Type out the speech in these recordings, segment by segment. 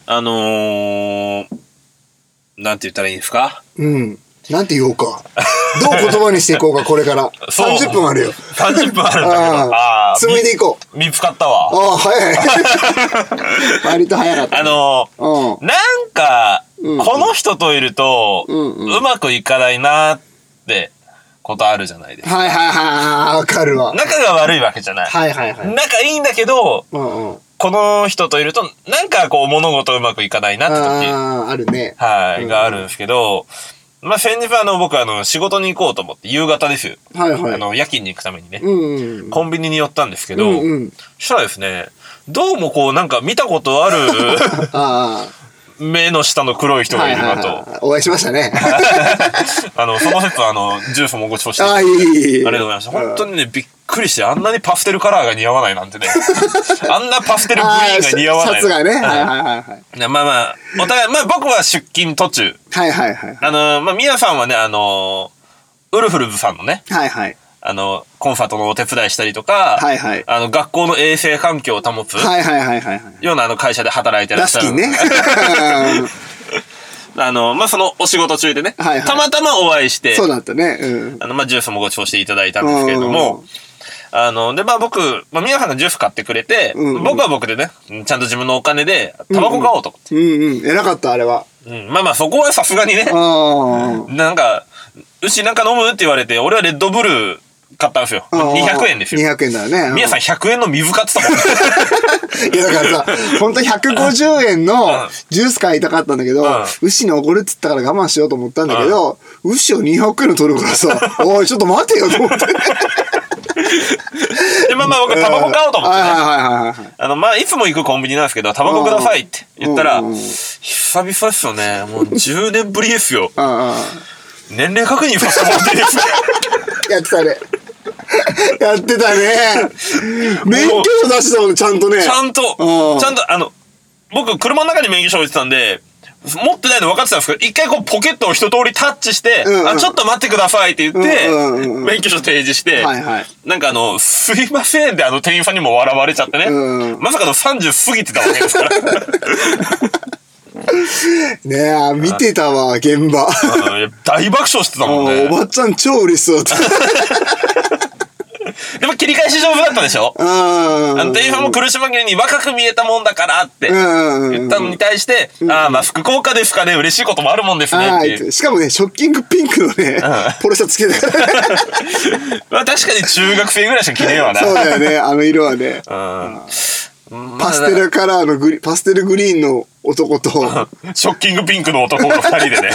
なんて言ったらいいんですか？ なんて言おうか。どう言葉にしていこうか、これから。30分あるよ。 30分あるんだけど。 紡いでいこう。 見つかったわ。 早い。割と早かった、ね。 なんか、この人といると、うまくいかないなってことあるじゃないですか。 わかるわ。 仲が悪いわけじゃない。仲いいんだけど、この人といると、なんかこう物事うまくいかないなって時。 あるね。 があるんですけど、先日僕仕事に行こうと思って、夕方ですよ。夜勤に行くためにね。コンビニに寄ったんですけど、そしたらですね、どうもこうなんか見たことある、目の下の黒い人がいるなと。 お会いしましたね。 その説ジュースもご馳走して。ありがとうございました。本当にね、びっくりして、あんなにパステルカラーが似合わないなんてね。あんなパステルグリーンが似合わない。 シャツがね。 お互い、僕は出勤途中。みやさんはね、ウルフルズさんのね。コンサートのお手伝いしたりとか、学校の衛生環境を保つような会社で働いてらっしゃる。 ラスキンね。 そのお仕事中でね、たまたまお会いして、 そうだったね。 ジュースもご馳走していただいたんですけれども、で、僕、皆さんがジュース買ってくれて、僕は僕でね、ちゃんと自分のお金で、タバコ買おうと思って。 偉かった、あれは。 そこはさすがにね、なんか、牛なんか飲むって言われて、俺はレッドブル買ったんですよ。200円ですよ。 200円だよね。 皆さん100円の水買ってたもんね。 いやだからさ、ほんと150円のジュース買いたかったんだけど、牛におごるっつったから我慢しようと思ったんだけど、牛を200円の取るからさ、おい、ちょっと待てよと思って。で、 僕タバコ買おうと思ってね。いつも行くコンビニなんですけど、タバコくださいって言ったら、久々っすよね。もう10年ぶりですよ。年齢確認させてもらっていいですか？ やってたね。やってたね。免許証出してたもんね、ちゃんとね。 ちゃんと、僕、車の中に免許証置いてたんで、持ってないの分かってたんですけど、一回こうポケットを一通りタッチして、ちょっと待ってくださいって言って、免許証提示して、なんかすいませんで店員さんにも笑われちゃってね。まさかの30過ぎてたわけですから。 ねえ、見てたわ、現場。 大爆笑してたもんね。 おばちゃん超嬉しそうだった。 でも切り返し上手だったでしょ？店員さんも苦し紛れに若く見えたもんだからって言ったのに対して、福岡ですかね、嬉しいこともあるもんですねっていう。 しかもね、ショッキングピンクのね、ポロシャツ着てたから。 確かに中学生ぐらいしか着ねえわな。 そうだよね、あの色はね。パステルカラーのパステルグリーンの男と、 ショッキングピンクの男と2人でね。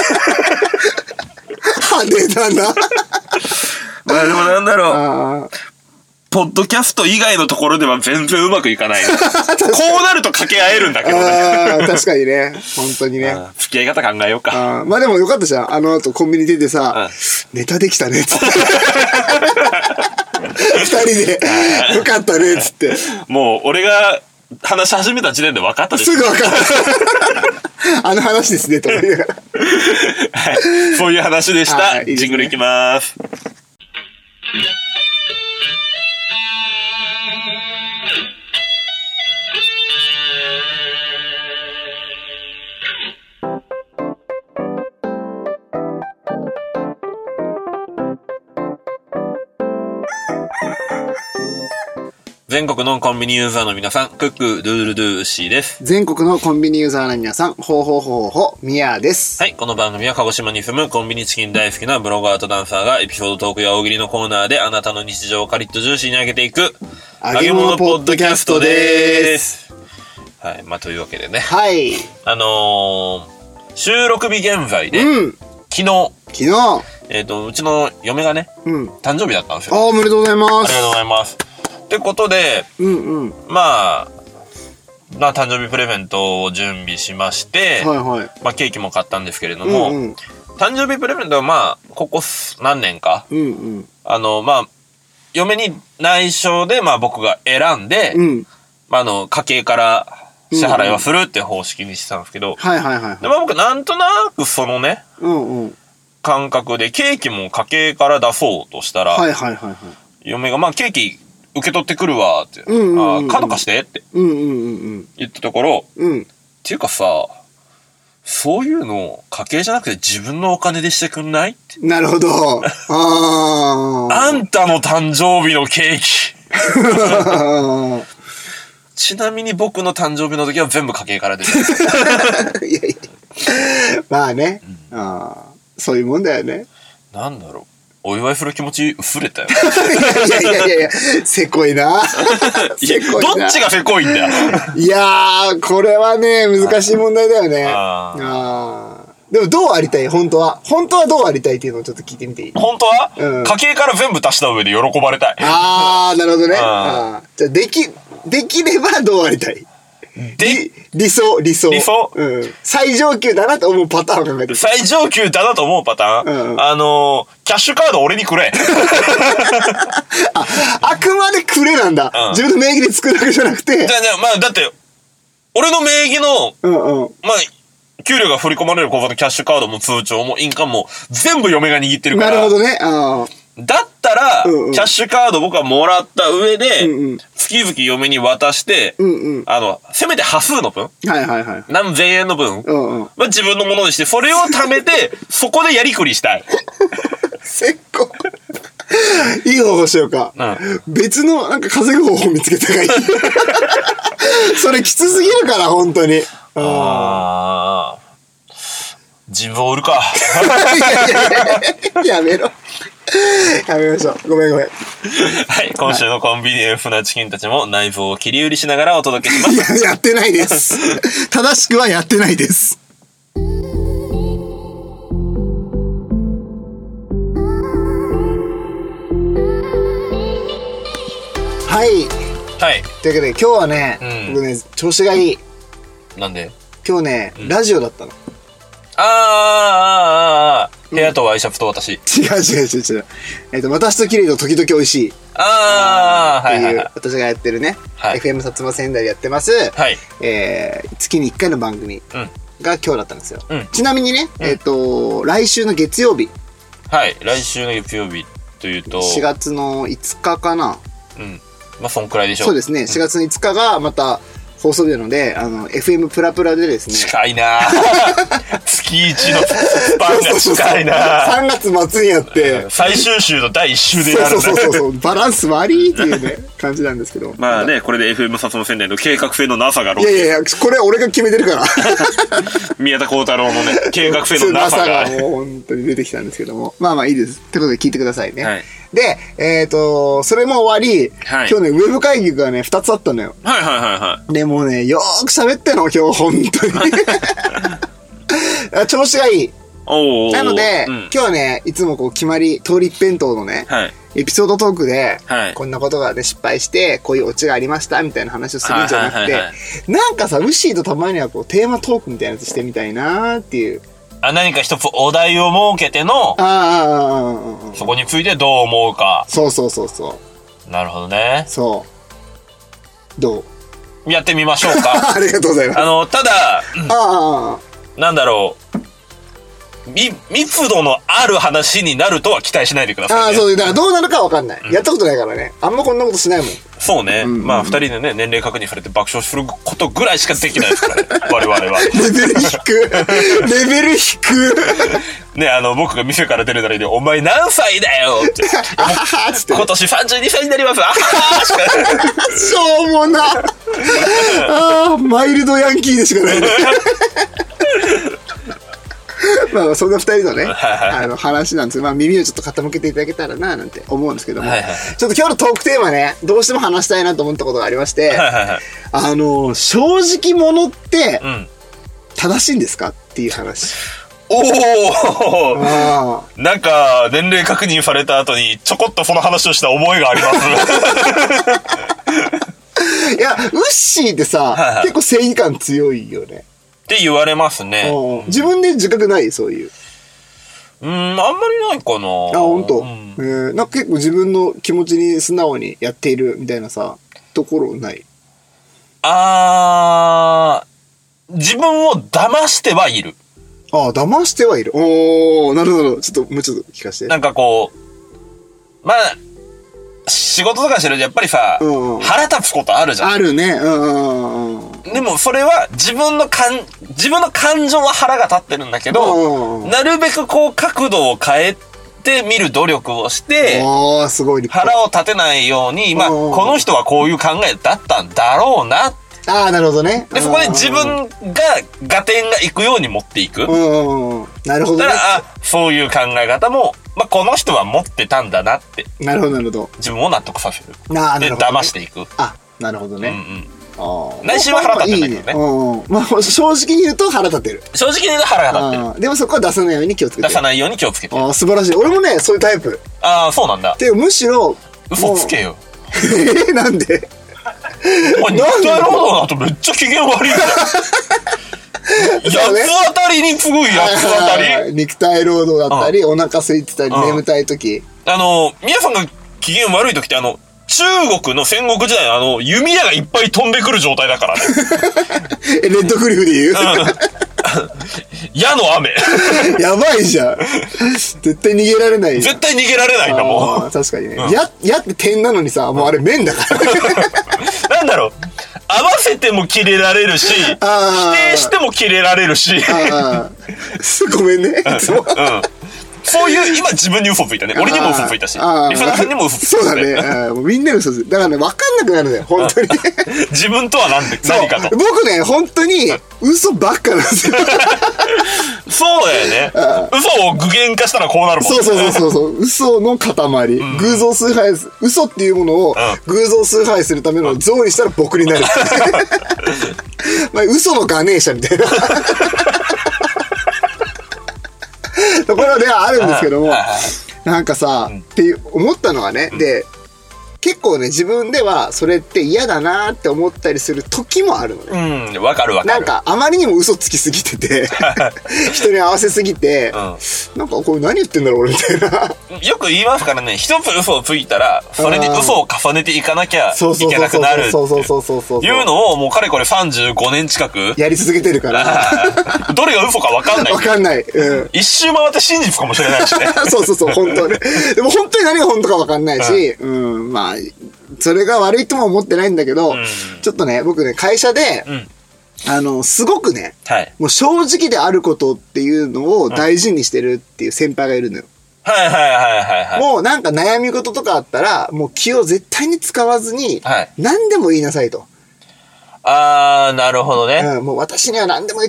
派手だな。 でもなんだろう。ポッドキャスト以外のところでは全然うまくいかない。こうなると掛け合えるんだけどね。 確かにね。本当にね。 付き合い方考えようか。 でもよかったじゃん。あの後コンビニ出てさ、ネタできたねっつって。二人で、よかったねっつって。 もう俺が話し始めた時点で分かったです。 すぐ分かった。あの話ですね、と思いながら。 そういう話でした。ジングルいきます。全国のコンビニユーザーの皆さん、クック、ドゥールドゥーシーです。 全国のコンビニユーザーの皆さん、ほうほうほうほう、ミヤです。 はい、この番組は鹿児島に住むコンビニチキン大好きなブロガーとダンサーがエピソードトークや大喜利のコーナーであなたの日常をカリッとジューシーに上げていく、揚げ物ポッドキャストです。はい、というわけでね。 はい。 収録日現在で、昨日、うちの嫁がね、誕生日だったんですよ。 おめでとうございます。 ありがとうございます。ってことで、誕生日プレゼントを準備しまして、ケーキも買ったんですけれども、誕生日プレゼントはここ何年か、嫁に内緒で僕が選んで、家計から支払いをするって方式にしてたんですけど、僕なんとなくそのね、感覚でケーキも家計から出そうとしたら、嫁がケーキ受け取ってくるわって、カード貸してって言ったところ、 ていうかさ、そういうのを家計じゃなくて自分のお金でしてくんないって。 なるほど。 あんたの誕生日のケーキ。ちなみに僕の誕生日の時は全部家計から出てる。 いやいや。まあね、そういうもんだよね。 なんだろう。お祝いする気持ち薄れたよ。 いや、せこいな。 せこいな。どっちがせこいんだよ。 いやー、これはね、難しい問題だよね。でもどうありたい本当はどうありたいっていうのをちょっと聞いてみていい？ 本当は、家計から全部足した上で喜ばれたい。 なるほどね。じゃあできればどうありたい？理想。最上級だなと思うパターンを考えてる。 最上級だなと思うパターン、キャッシュカード俺にくれ。 あくまでくれなんだ。自分の名義で作るだけじゃなくて。 まあだって、俺の名義の、まあ、給料が振り込まれる口座のキャッシュカードも通帳も印鑑も全部嫁が握ってるから。 なるほどね。 だったら、キャッシュカード僕はもらった上で、月々嫁に渡して、せめて端数の分、何千円の分、自分のものにして、それを貯めて、そこでやりくりしたい。 せっこ。いい方法しようか。別のなんか稼ぐ方法見つけた方がいい。それきつすぎるから、本当に。 自分を売るか。 やめろ。やめましょう。ごめん。はい、 今週のコンビニエンスなチキンたちも内臓を切り売りしながらお届けします。 やってないです。正しくはやってないです。はい。というわけで今日はね、僕ね、調子がいい。 なんで？ 今日ね、ラジオだったの。 部屋とワイシャツと私。 違う。私とキレイと時々美味しい。っていう、私がやってるね、FM 薩摩仙台でやってます、月に1回の番組が今日だったんですよ。ちなみにね、来週の月曜日。 来週の月曜日というと。 4月の5日かな。 まあ、そんくらいでしょう。 そうですね。4月の5日がまた、放送日なので、FM プラプラでですね。 近いな月1のスパンが近いな 3月末にやって。 最終週の第1週でやる。 そう。バランス悪いっていうね、感じなんですけど。 まあね、これで FM 薩摩仙台の計画性のなさがいや、これ俺が決めてるから。 宮田幸太郎のね、計画性のなさが。 もう本当に出てきたんですけども。まあいいです。ってことで聞いてくださいね。で、それも終わり、今日ね、ウェブ会議がね、2つあったのよ。で、もうね、よーく喋ってんの、今日、本当に。調子がいい。なので、今日はね、いつもこう、決まり、通り一辺倒のね、エピソードトークで、こんなことがね、失敗して、こういうオチがありました、みたいな話をするんじゃなくて、なんかさ、ウッシーとたまにはこう、テーマトークみたいなやつしてみたいなーっていう。 何か一つお題を設けての、そこについてどう思うか。 そう。 なるほどね。 どうやってみましょうか。 ありがとうございます。 ただ、なんだろう。密度のある話になるとは期待しないでください、ね。 そう。だからどうなるかわかんない。やったことないからね。あんまこんなことしないもん。 そうね。まあ、二人でね、年齢確認されて爆笑することぐらいしかできないですからね。我々は。 レベル低く。 ね、僕が店から出るなりで、お前何歳だよって。今年32歳になります。 しょうもな。マイルドヤンキーでしかない。まあそんな二人のね、話なんですけど、まあ耳をちょっと傾けていただけたらななんて思うんですけども、ちょっと今日のトークテーマね、どうしても話したいなと思ったことがありまして、正直者って正しいんですかっていう話。 なんか年齢確認された後にちょこっとその話をした覚えがあります。 いや、ウッシーってさ、結構正義感強いよね。 って言われますね。 自分で自覚ない？そういう。 あんまりないかな。 本当。なんか結構自分の気持ちに素直にやっているみたいなさ、ところない？ 自分を騙してはいる。 騙してはいる。なるほど。ちょっと、もうちょっと聞かせて。 なんかこう、まあ、仕事とかしてるとやっぱりさ、腹立つことあるじゃん。 あるね。 でもそれは自分の感情は腹が立ってるんだけど、なるべくこう角度を変えて見る努力をして、 すごい腹を立てないように、まあ、この人はこういう考えだったんだろうな。 なるほどね。 で、そこで自分が合点がいくように持っていく。 なるほどね。 だから、そういう考え方も、まあ、この人は持ってたんだなって。 なるほど、なるほど。 自分を納得させる。 なるほど、ね。 で、騙していく。 なるほどね。 内心は腹立ってんだけどね。まあ、正直に言うと腹立ってる。 正直に言うと腹が立ってる。 でもそこは出さないように気をつけてる。 出さないように気をつけてる。 素晴らしい。俺もね、そういうタイプ。 そうなんだ。 で、むしろ。 嘘つけよ。 なんでお前、肉体労働だとめっちゃ機嫌悪いよ。八つ当たりに次ぐ八つ当たり。 肉体労働だったり、お腹空いてたり、眠たい時。 皆さんが機嫌悪い時って中国の戦国時代の弓矢がいっぱい飛んでくる状態だからね。 レッドクリフで言う矢の雨。 やばいじゃん。絶対逃げられない。 絶対逃げられないんだもん。 確かにね。矢って点なのにさ、もうあれ面だから。 なんだろう。合わせても切れられるし、否定しても切れられるし。 ごめんね。いつも。 そういう、今自分に嘘ついたね。俺にも嘘ついたし。リスナーさんにも嘘ついた。 そうだね。みんなに嘘ついた。だからね、わかんなくなるね。本当に。 自分とは何かと。 僕ね、本当に嘘ばっかなんですよ。 そうだよね。嘘を具現化したらこうなるもんね。 そう。嘘の塊。偶像崇拝、嘘っていうものを偶像崇拝するための像にしたら僕になる。まあ、嘘のガネーシャみたいな。ところではあるんですけども、なんかさ、って思ったのはね、で、結構ね、自分ではそれって嫌だなって思ったりする時もあるのね。わかる。 なんか、あまりにも嘘つきすぎてて、人に合わせすぎて、なんかこれ何言ってんだろう俺みたいな。 よく言いますからね、一つ嘘をついたら、それに嘘を重ねていかなきゃいけなくなるっていうのをもうかれこれ35年近くやり続けてるから。 どれが嘘かわかんない。 わかんない。 一周回って真実かもしれないしね。 そう、本当ね。でも本当に何が本当かわかんないし、まあ、それが悪いとも思ってないんだけど、ちょっとね、僕ね、会社で、すごくね、もう正直であることっていうのを大事にしてるっていう先輩がいるのよ。もうなんか悩み事とかあったら、もう気を絶対に使わずに、何でも言いなさいと。 なるほどね。 もう私には何でも言って、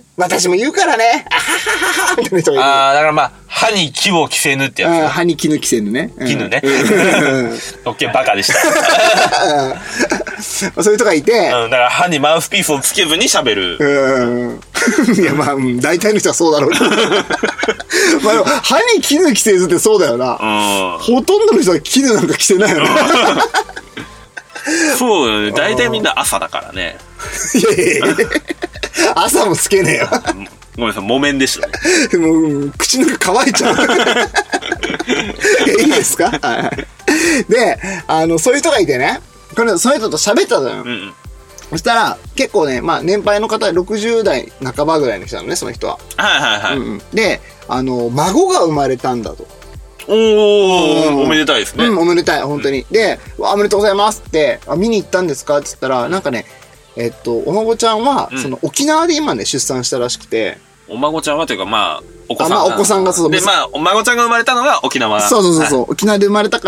私も言うからね。みたいな人がいる。 だからまあ、歯に木を着せぬってやつ。 歯に絹着せぬね。 絹ね。オッケー、バカでした。 そういう人がいて。 だから歯にマウスピースをつけずに喋る。 いや、まあ、大体の人はそうだろうけど。まあ、歯に絹着せずってそうだよな。ほとんどの人は絹なんか着せないよね。 そうだよね。大体みんな朝だからね。 いや。朝もつけねえよ。 ごめんなさい、木綿でしたね。 もう、口の中乾いちゃう。いいですか？で、そういう人がいてね、そういう人と喋ったのよ。そしたら、結構ね、まあ、年配の方、60代半ばぐらいの人なのね、その人は。で、孫が生まれたんだと。 おめでたいですね。 おめでたい、本当に。で、おめでとうございますって、見に行ったんですかって言ったら、なんかね、お孫ちゃんは、沖縄で今ね、出産したらしくて。 お孫ちゃんはというか、まあ、お子さん。 お子さんがそう。 で、まあ、お孫ちゃんが生まれたのが沖縄。 そう。沖縄で生まれたから、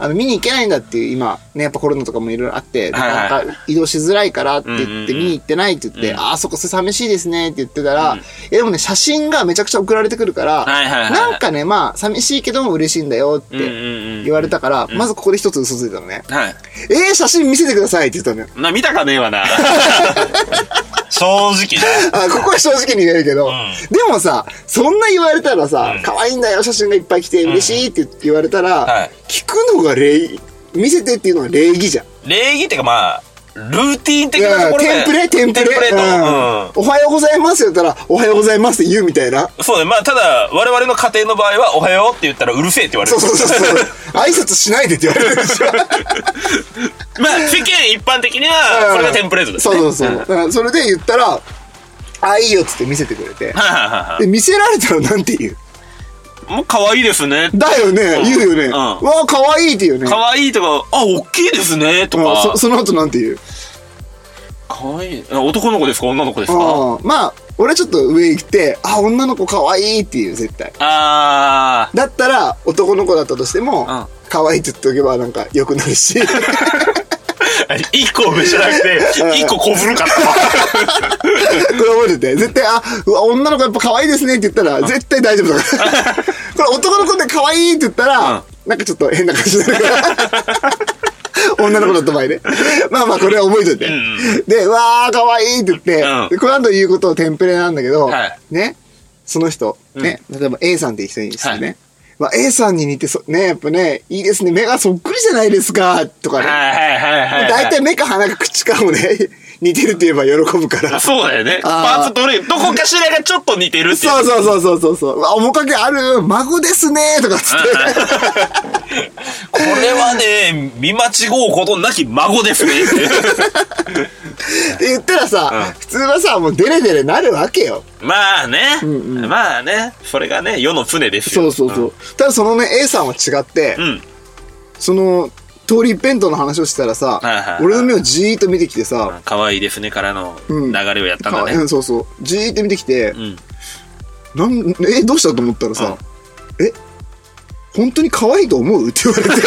見に行けないんだっていう、今、ね、やっぱコロナとかもいろいろあって、なんか移動しづらいからって言って、見に行ってないって言って、そこ寂しいですねって言ってたら、でもね、写真がめちゃくちゃ送られてくるから、なんかね、まあ、寂しいけども嬉しいんだよって言われたから、まずここで一つ嘘ついたのね。写真見せてくださいって言ったのよ。 見たかねえわな。正直ね。ここは正直に言えるけど、でもさ、そんな言われたらさ、可愛いんだよ、写真がいっぱい来て嬉しいって言われたら、聞くのが見せてっていうのは礼儀じゃん。 礼儀っていうかまあ、ルーティーン的なところで。 テンプレ。おはようございますって言ったら、おはようございますって言うみたいな。 そうね。まあ、ただ、我々の家庭の場合は、おはようって言ったらうるせえって言われる。 そう。挨拶しないでって言われるでしょ。 まあ、世間一般的には、それがテンプレートですね。 そう。だからそれで言ったら、いいよっつって見せてくれて。で、見せられたらなんて言う？ もう可愛いですね。 だよね。言うよね。わあ、可愛いって言うね。 可愛いとか、大きいですね、とか。 その後なんて言う？ 可愛い。男の子ですか女の子ですか？ まあ、俺ちょっと上行って、女の子可愛いっていう、絶対。だったら、男の子だったとしても、可愛いって言っておけばなんか良くなるし。 一個上じゃなくて、一個小古かった。 これ覚えてて、絶対、女の子やっぱ可愛いですねって言ったら、絶対大丈夫だから。これ男の子で可愛いって言ったら、なんかちょっと変な感じになるから。女の子だった場合ね。まあまあ、これは覚えといて。で、わー、可愛いって言って、この後言うことをテンプレなんだけど、ね、その人、ね、例えば A さんっていう人にしてね、A さんに似てね、やっぱね、いいですね、目がそっくりじゃないですか、とかね。だいたい目か鼻か口かもね、似てるって言えば喜ぶから。そうだよね。パーツどこかしらがちょっと似てるっていう。そう。面影ある、孫ですね、とかつって。 これはね、見間違うことなき孫ですね。 って言ったらさ、普通はさ、もうデレデレなるわけよ。 まあね。まあね。それがね、世の常ですよ。 そう。ただそのね、A さんは違って、その、通り一辺倒の話をしたらさ、俺の目をじーっと見てきてさ、 可愛いですねからの流れをやったんだね。 そう。じーっと見てきて、どうしたと思ったらさ、本当に可愛いと思うって言われて。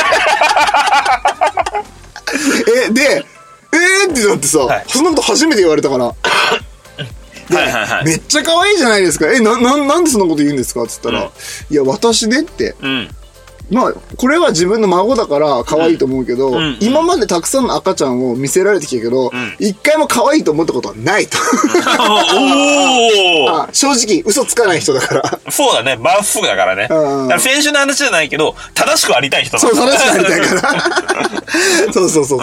ってなってさ、そんなこと初めて言われたから。めっちゃ可愛いじゃないですか。なんでそんなこと言うんですかって言ったら、いや、私ねって。まあ、これは自分の孫だから可愛いと思うけど、今までたくさんの赤ちゃんを見せられてきたけど、一回も可愛いと思ったことはないと。正直、嘘つかない人だから。そうだね、まっすぐだからね。先週の話じゃないけど、正しくありたい人だから。そう、正しくありたいから。そう。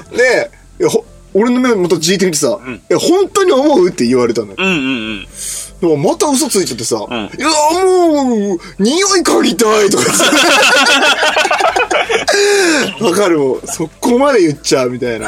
で、俺の目またじーって見てさ、本当に思うって言われたのよ。でもまた嘘ついちゃってさ、いや、もう、匂い嗅ぎたいとかさ。わかるもん。そこまで言っちゃうみたい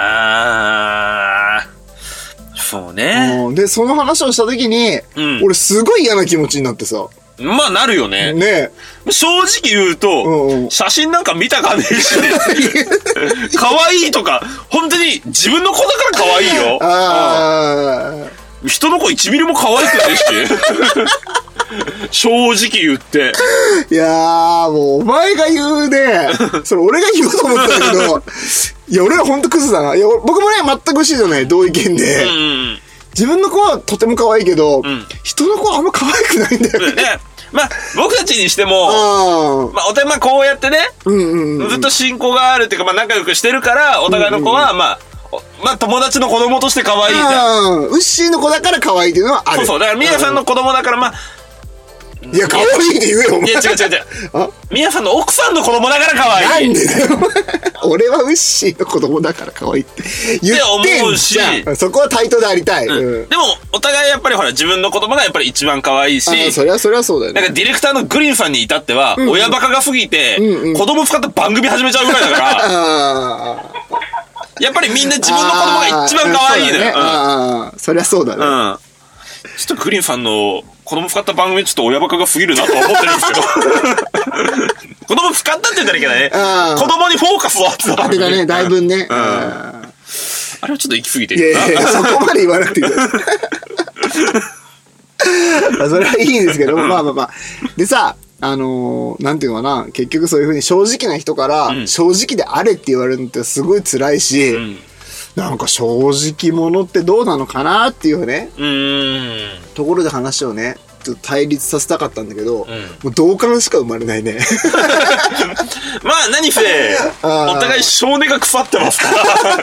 な。 そうね。 で、その話をした時に、俺すごい嫌な気持ちになってさ。 まあなるよね。ね正直言うと、写真なんか見たかねえし、可愛いとか、本当に自分の子だから可愛いよ。人の子1ミリも可愛くないし。正直言って。 いやー、もうお前が言うね。それ俺が言おうと思ったんだけど、いや、俺らほんとクズだな。いや、僕もね、全く一緒じゃない、同意見で。自分の子はとても可愛いけど、人の子はあんま可愛くないんだよね。 まあ、僕たちにしても、まあ、こうやってね、ずっと親交があるっていうか、まあ、仲良くしてるから、お互いの子は、まあ、友達の子供として可愛いじゃん。 ウッシーの子だから可愛いっていうのはある。 そう。だから、ミヤさんの子供だから、まあ、 いや、可愛いって言えよ、お前。 いや、違う。ミヤさんの奥さんの子供だから可愛い。 なんでだよ、俺はウッシーの子供だから可愛いって言ってんじゃん。そこは対等でありたい。でも、お互いやっぱりほら、自分の子供がやっぱり一番可愛いし。 そりゃそうだよね。 なんかディレクターのグリーンさんに至っては、親バカが過ぎて、子供使った番組始めちゃうぐらいだから。やっぱりみんな自分の子供が一番可愛いのよ。 そりゃそうだね。 ちょっとグリーンさんの子供使った番組ちょっと親バカが過ぎるなとは思ってるんですけど。子供使ったって言ったらいけないね。子供にフォーカスを当てた番組。 ね、だいぶね。 あれはちょっと行き過ぎてるな。 いや、そこまで言わなくていい。それはいいんですけど、まあ。でさ、なんていうのかな、結局そういう風に正直な人から、正直であれって言われるのってすごい辛いし、なんか正直者ってどうなのかなっていうね、ところで話をね、ちょっと対立させたかったんだけど、もう同感しか生まれないね。 まあ何せ、お互い性根が腐ってますから。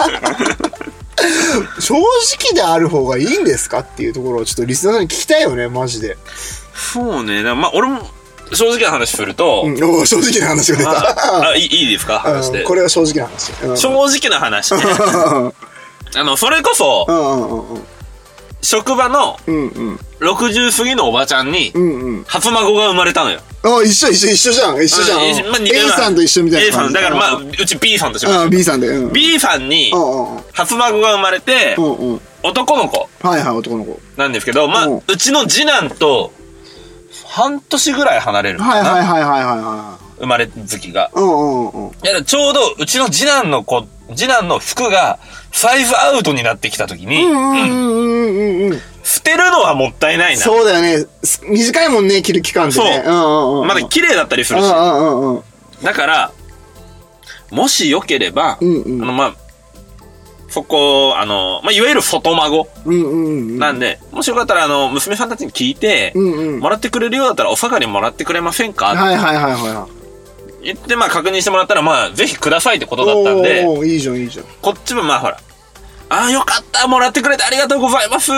正直である方がいいんですかっていうところをちょっとリスナーさんに聞きたいよね、マジで。 そうね、まあ俺も、正直な話すると、 正直な話が出た。 いいですか話して。 これは正直な話。 正直な話ね。それこそ、職場の60過ぎのおばちゃんに初孫が生まれたのよ。 一緒じゃん。A さんと一緒みたいな。 A さんだからまあうち B さんとしましょう。 B さんで B さんに初孫が生まれて男の子なんですけど、まあうちの次男と半年ぐらい離れるのかな。生まれ月が。ちょうどうちの次男の子次男の服がサイズアウトになってきた時に、捨てるのはもったいないな。 そうだよね。短いもんね、着る期間ってね。 そう。まだ綺麗だったりするし。だから、もしよければ、そこ、いわゆる外孫。なんで、もしよかったら、娘さんたちに聞いて、もらってくれるようだったら、お下がりもらってくれませんか？言って、確認してもらったら、ぜひくださいってことだったんで、 いいじゃん、いいじゃん。 こっちもほら、よかった、もらってくれてありがとうございますって、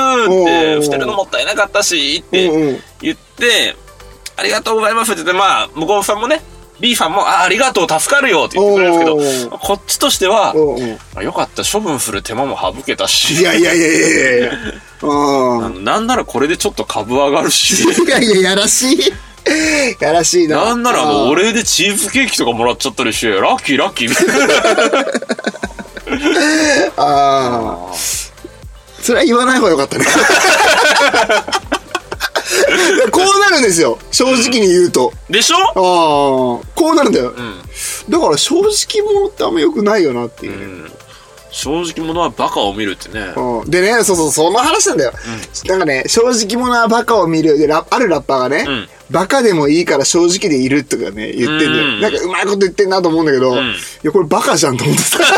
捨てるのもったいなかったし、って言って、ありがとうございますって言って、向こうさんもね、B さんも、ありがとう、助かるよって言ってくれるんですけど、こっちとしては、よかった、処分する手間も省けたし。 いや。 なんならこれでちょっと株上がるし。 やらしい。やらしいな。 なんならお礼でチーズケーキとかもらっちゃったりして、ラッキー。 それは言わない方がよかったね。こうなるんですよ、正直に言うと。 でしょ？ こうなるんだよ。だから正直者ってあんま良くないよなっていうね。 正直者はバカを見るってね。 でね、その話なんだよ。なんかね、正直者はバカを見る。で、あるラッパーがね、バカでもいいから正直でいるとかね、言ってんだよ。なんかうまいこと言ってんなと思うんだけど、いや、これバカじゃんと思ってさ。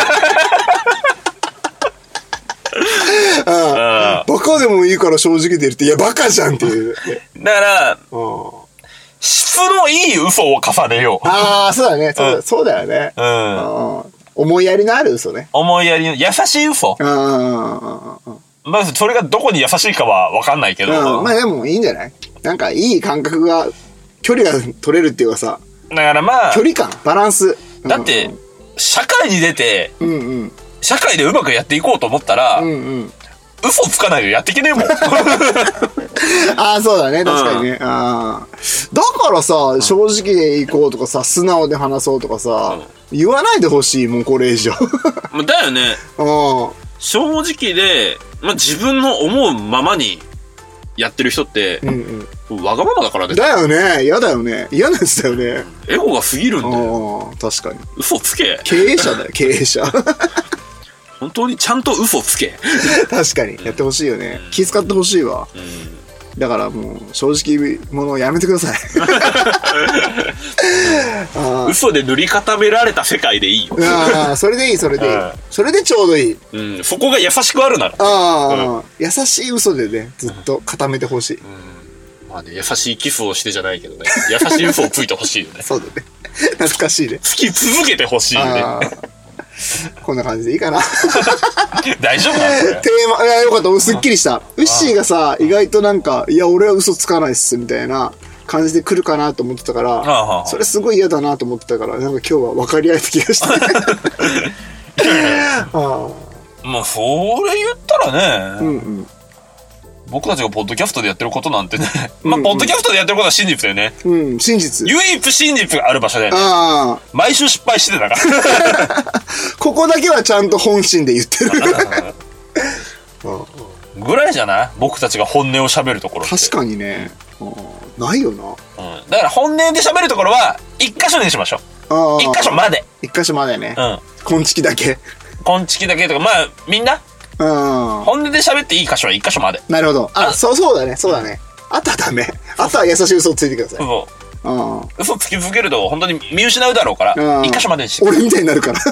バカでもいいから正直でいるって、いや、バカじゃんっていう。 だから、質のいい嘘を重ねよう。 そうだね。そうだよね。思いやりのある嘘ね。 思いやりの、優しい嘘。まずそれがどこに優しいかは分かんないけど。 でもいいんじゃない？なんかいい感覚が、距離が取れるっていうかさ。 だから距離感、バランス。 だって、社会に出て、社会でうまくやっていこうと思ったら、嘘つかないでやっていけねえもん。 そうだね、確かにね。だからさ、正直でいこうとかさ、素直で話そうとかさ、言わないでほしいもん、これ以上。 だよね。正直で、自分の思うままにやってる人って、わがままだからね。 だよね、嫌だよね。嫌なやつだよね。 エゴが過ぎるんだよ。 確かに。 嘘つけ。 経営者だよ、経営者。 本当にちゃんと嘘つけ。 確かにやってほしいよね。気遣ってほしいわ。だからもう正直者をやめてください。 嘘で塗り固められた世界でいいよ。 それでいい。それでちょうどいい。 そこが優しくあるなら。 優しい嘘でね、ずっと固めてほしい。 優しいキスをしてじゃないけどね。優しい嘘をついてほしいよね。 そうだね。懐かしいね。 つき続けてほしいよね。 こんな感じでいいかな。 大丈夫なの？ テーマ、よかった。すっきりした。ウッシーがさ、意外となんか、いや、俺は嘘つかないっす、みたいな感じで来るかなと思ってたから、それすごい嫌だなと思ってたから、なんか今日は分かり合えた気がして。 もう、それ言ったらね、僕たちがポッドキャストでやってることなんてね。ポッドキャストでやってることは真実だよね。 真実。 唯一真実がある場所だよね。毎週失敗してたから。 ここだけはちゃんと本心で言ってる。 ぐらいじゃない？僕たちが本音を喋るところって。 確かにね。ないよな。 だから本音で喋るところは、一箇所にしましょう。一箇所まで。 一箇所までね。こんちきだけ。 こんちきだけとか、みんな本音で喋っていい箇所は一箇所まで。 なるほど。そうだね。あとはダメ。あとは優しい嘘をついてください。 嘘つき続けると本当に見失うだろうから、一箇所までにして。 俺みたいになるから。 い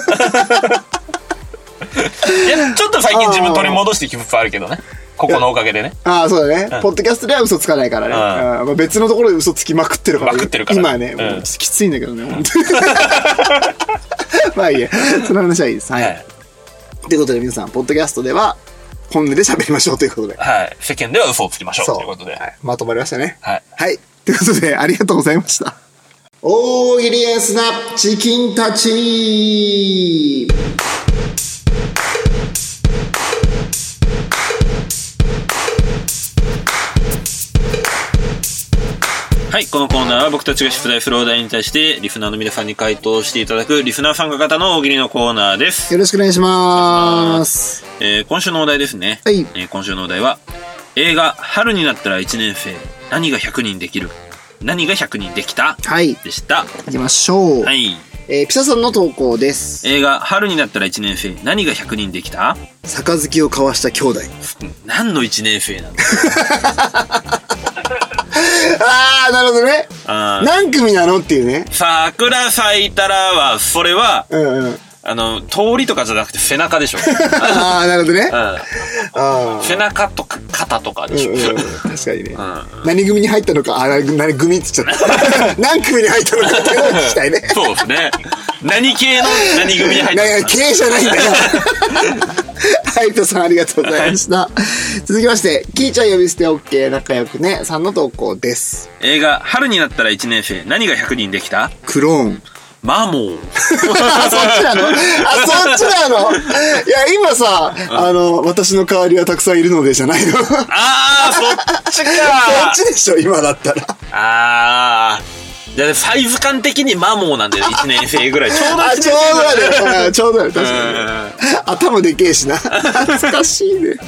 や、ちょっと最近自分取り戻してきつつあるけどね。ここのおかげでね。 そうだね。ポッドキャストでは嘘つかないからね。別のところで嘘つきまくってるから。今ね、きついんだけどね、本当に。まあいいや。その話はいいです。はい。ということで皆さん、ポッドキャストでは本音で喋りましょうということで。 世間では嘘をつきましょうということで。 まとまりましたね。はい。ということで、ありがとうございました。大喜利エンスなチキンたち。 はい、このコーナーは僕たちが出題するお題に対してリスナーの皆さんに回答していただくリスナー参加型の大喜利のコーナーです。 よろしくお願いします。 今週のお題ですね。 はい。 今週のお題は、映画春になったら1年生何が100人できる、何が100人できた、 はい、 でした。 いきましょう。 はい。 ピサさんの投稿です。 映画、春になったら1年生、何が100人できた？ 杯を交わした兄弟。 何の1年生なんだあー、なるほどね。何組なのっていうね。 桜咲いたらは、それは、通りとかじゃなくて背中でしょ。 ああ、なるほどね。 背中とか肩とかでしょ。 確かにね。何組に入ったのか、何組って言っちゃった。何組に入ったのかっていうのを聞きたいね。 そうですね。何系の何組に入ったのか。 系じゃないんだよ。はい、ピサさんありがとうございました。続きまして、キーちゃん呼び捨て OK 仲良くねさんの投稿です。 映画、春になったら1年生、何が100人できた？ クローン。 マモー。 そっちなの？そっちなの？いや、今さ、私の代わりはたくさんいるのでじゃないの？ そっちか。 そっちでしょ、今だったら。 サイズ感的にマモーなんだよ、1年生ぐらい。ちょうどちょうどだね。ちょうどだね、確かに。頭でけえしな。懐かしいね。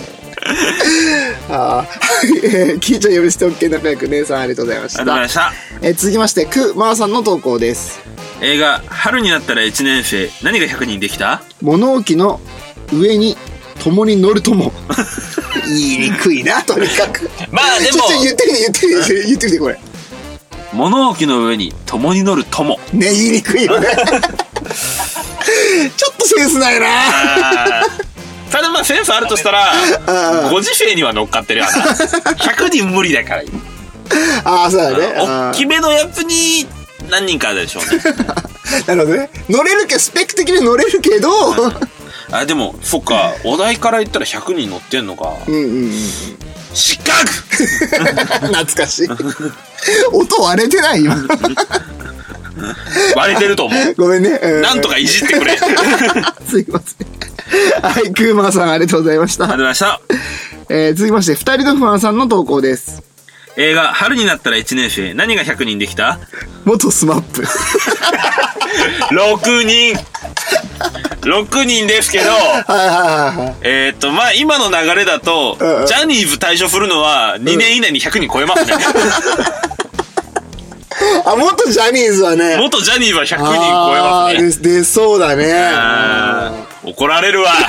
キーちゃん呼び捨て OK 仲良くねさんありがとうございました。 ありがとうございました。 続きまして、マーさんの投稿です。 映画、春になったら1年生、何が100人できた？ 物置の上に共に乗る友。言いにくいな、とにかく。 まあでも。 言ってみて、これ。 物置の上に共に乗る友。 ね、言いにくいよね。ちょっとセンスないな。 ただまあセンスあるとしたら、ご時世には乗っかってるよな。100人無理だから。 そうだね。 大きめのやつに、何人かでしょうね。 なるほどね。乗れるけど、スペック的に乗れるけど。 でも、そっか、お題から言ったら100人乗ってんのか。失格。 懐かしい。音割れてないよ。 割れてると思う。 ごめんね。 なんとかいじってくれ。 すいません。はい、クーマーさんありがとうございました。 ありがとうございました。続きまして、二人の不安さんの投稿です。 映画、春になったら1年生、何が100人できた？ 元スマップ。 6人。6人ですけど、まあ今の流れだと、ジャニーズ退所するのは2年以内に100人超えますね。 元ジャニーズはね。 元ジャニーズは100人超えますね。 出そうだね。 怒られるわ。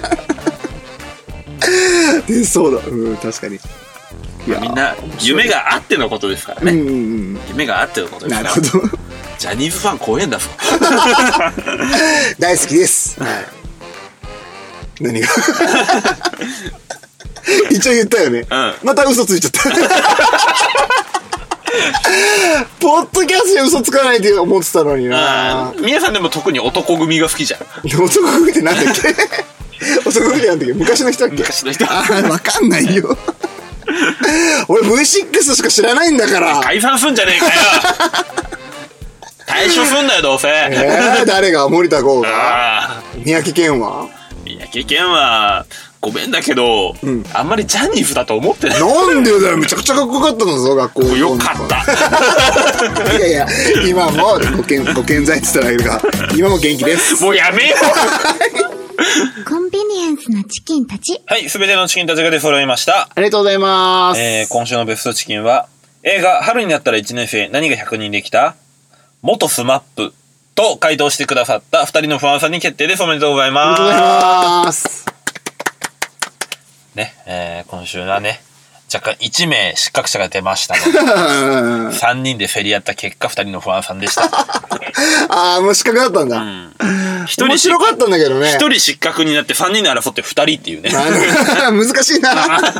出そうだ。確かに。 みんな夢があってのことですからね。夢があってのことですから。 なるほど。 ジャニーズファン怖えんだぞ。 大好きです。何が？一応言ったよね。また嘘ついちゃった。ポッドキャストで嘘つかないって思ってたのにな。 皆さんでも特に男組が好きじゃん。 男組ってなんだっけ？男組ってなんだっけ？昔の人だっけ？ 昔の人。 わかんないよ。俺 V6 しか知らないんだから。 解散すんじゃねえかよ。退所すんだよどうせ。 誰が？森田剛が？三宅健は？ 三宅健はごめんだけど、あんまりジャニーズだと思ってない。 なんでだよ、めちゃくちゃかっこよかったのぞ、学校。 よかった。 いやいや、今もご健在って言ったらいるが、今も元気です。 もうやめよう。 コンビニエンスなチキンたち。 はい、すべてのチキンたちが出揃いました。 ありがとうございます。 今週のベストチキンは、映画、春になったら1年生、何が100人できた？元スマップと回答してくださった2人の不安さんに決定です。おめでとうございます。 ありがとうございます。 ね、今週はね、若干1名失格者が出ましたので、3人で競り合った結果2人の不安さんでした。 もう失格だったんだ。面白かったんだけどね。 1人失格になって3人で争って2人っていうね。 難しいな。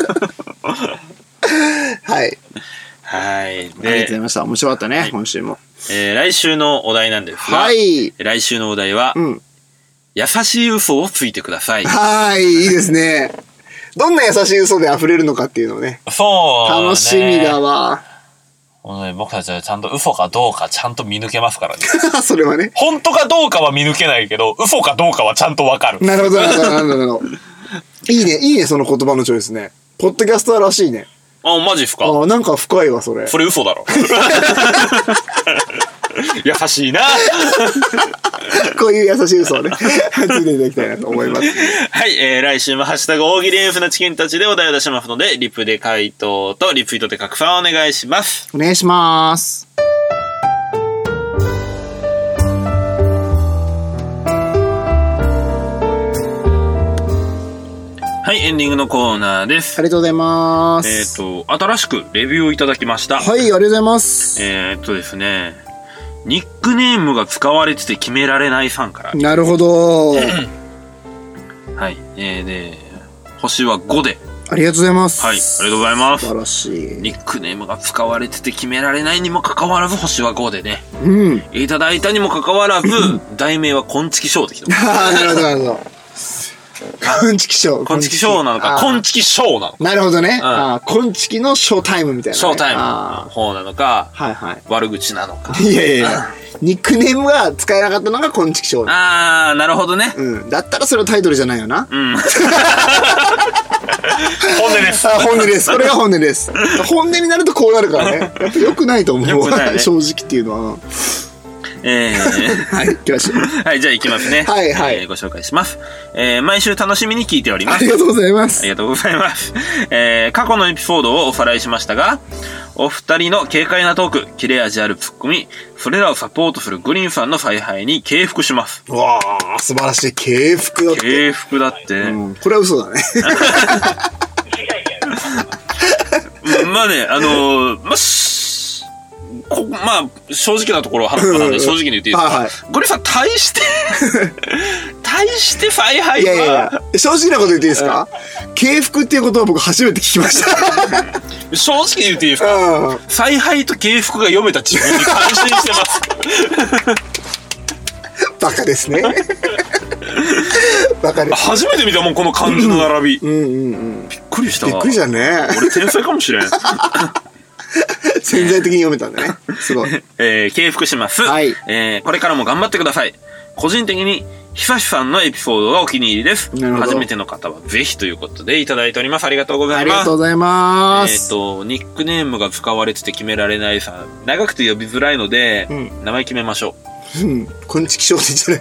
はい。 はい。 ありがとうございました。面白かったね、今週も。 来週のお題なんですが、来週のお題は、優しい嘘をついてください。 はい、いいですね。どんな優しい嘘で溢れるのかっていうのをね。 そう、ね。 楽しみだわ。 僕たちはちゃんと嘘かどうかちゃんと見抜けますからね。 それはね。 本当かどうかは見抜けないけど、嘘かどうかはちゃんとわかる。 なるほど、なるほど。いいね、その言葉のチョイスね。ポッドキャスターらしいね。 マジっすか？ なんか深いわ、それ。 それ嘘だろ。優しいな。 こういう優しい嘘をね、ついていただきたいなと思います。 はい、来週もハッシュタグ大喜利エンフなチキンたちでお題を出しますので、リプで回答とリツイートで拡散お願いします。 お願いします。 はい、エンディングのコーナーです。 ありがとうございます。 新しくレビューをいただきました。 はい、ありがとうございます。 ですね、ニックネームが使われてて決められないさんから。 なるほど。はい。 で、星は5で。 ありがとうございます。 はい、ありがとうございます。 素晴らしい。 ニックネームが使われてて決められないにもかかわらず、星は5でね。 うん。 いただいたにもかかわらず、題名はこんちきショーってきてます。 ああ、なるほど、なるほど。こんちきショー。 こんちきショーなのか、こんちきショーなのか。 なるほどね。こんちきのショータイムみたいな。 ショータイムの方なのか、 はいはい。 悪口なのか。 いやいやニックネームが使えなかったのがこんちきショー。 あー、なるほどね。 うん。だったらそれはタイトルじゃないよな。うん。 本音です。 本音です。これが本音です。本音になるとこうなるからね。やっぱ良くないと思う。良くないね。正直っていうのは。はい、行きましょう。 はい、じゃあ行きますね。 はいはい。 ご紹介します。毎週楽しみに聞いております。 ありがとうございます。 ありがとうございます。過去のエピソードをおさらいしましたが、お二人の軽快なトーク、切れ味あるツッコミ、それらをサポートするグリーンさんの采配に敬服します。 うわー、素晴らしい。敬服だって。 敬服だって。 うん、これは嘘だね。 まあね、まあ、正直なところは話なんで正直に言っていいですか。はい、ゴリさん、大して采配は。 いや、正直なこと言っていいですか。敬服っていうことは僕初めて聞きました。 正直に言っていいですか。采配と敬服が読めた自分に感心してます。 バカですね。バカです。 初めて見たもん、この漢字の並び。びっくりしたわ。 びっくりしたね。 俺天才かもしれん。 潜在的に読めたんだね。すごい。 敬服します。 はい。 これからも頑張ってください。個人的に、久志さんのエピソードがお気に入りです。初めての方はぜひということでいただいております。ありがとうございます。 ありがとうございます。 ニックネームが使われてて決められないさ、長くて呼びづらいので、名前決めましょう。うん。こんちきしょうでいいんじゃ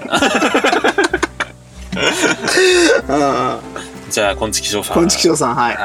ないじゃあ、こんちきしょうさん。 こんちきしょうさん、はい。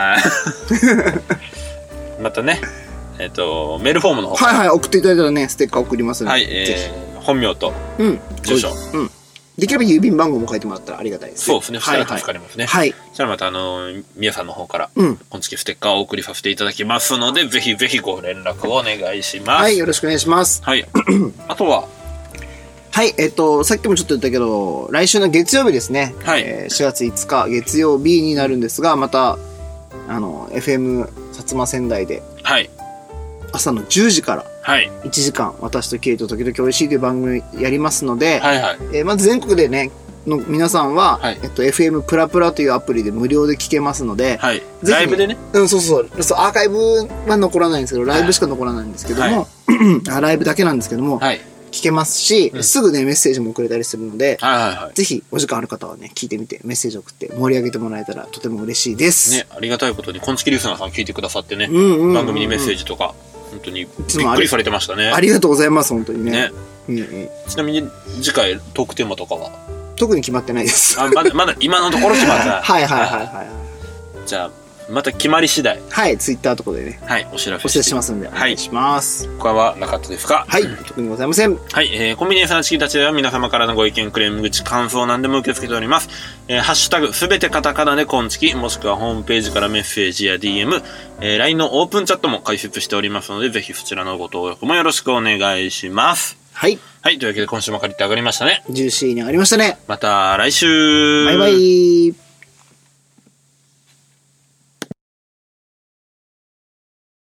またね、メールフォームの方。 はいはい、送っていただいたらね、ステッカー送りますので。 はい、本名と、住所。 できれば郵便番号も書いてもらったらありがたいです。 そうですね。そしたら助かりますね。 はい。 そしたらまた皆さんの方から、こんちきステッカーをお送りさせていただきますので、ぜひぜひご連絡をお願いします。 はい、よろしくお願いします。 はい。あとは、 はい、さっきもちょっと言ったけど、来週の月曜日ですね。はい。4月5日月曜日になるんですが、また、FM 薩摩仙台で、はい。朝の10時から、はい。1時間、私とケイと時々美味しいという番組やりますので、はいはい。まず全国でね、の皆さんは、はい、FM プラプラというアプリで無料で聞けますので、はい。 ライブでね。 そう、アーカイブは残らないんですけど、ライブしか残らないんですけども、はい、ライブだけなんですけども、はい。聞けますし、すぐね、メッセージも送れたりするので、ぜひお時間ある方はね、聞いてみて、メッセージ送って盛り上げてもらえたらとても嬉しいです。 ね、ありがたいことに、こんちきリスナーさん聞いてくださってね、番組にメッセージとか、本当にびっくりされてましたね。 ありがとうございます、本当にね。 ちなみに、次回トークテーマとかは特に決まってないです。 まだ今のところ決まってない。 はいはいはいはい。 じゃあ、また決まり次第。 はい、ツイッターとかでね。 はい、お知らせしますんで、お願いします。 他はなかったですか？ はい、特にございません。 はい、コンビニエンスなチキンたちでは皆様からのご意見、クレーム口、感想何でも受け付けております。ハッシュタグ、すべてカタカナでコンチキ、もしくはホームページからメッセージや DM、LINE のオープンチャットも開設しておりますので、ぜひそちらのご登録もよろしくお願いします。 はい。 はい、というわけで今週も借りて上がりましたね。 ジューシーに上がりましたね。 また来週。 バイバイ。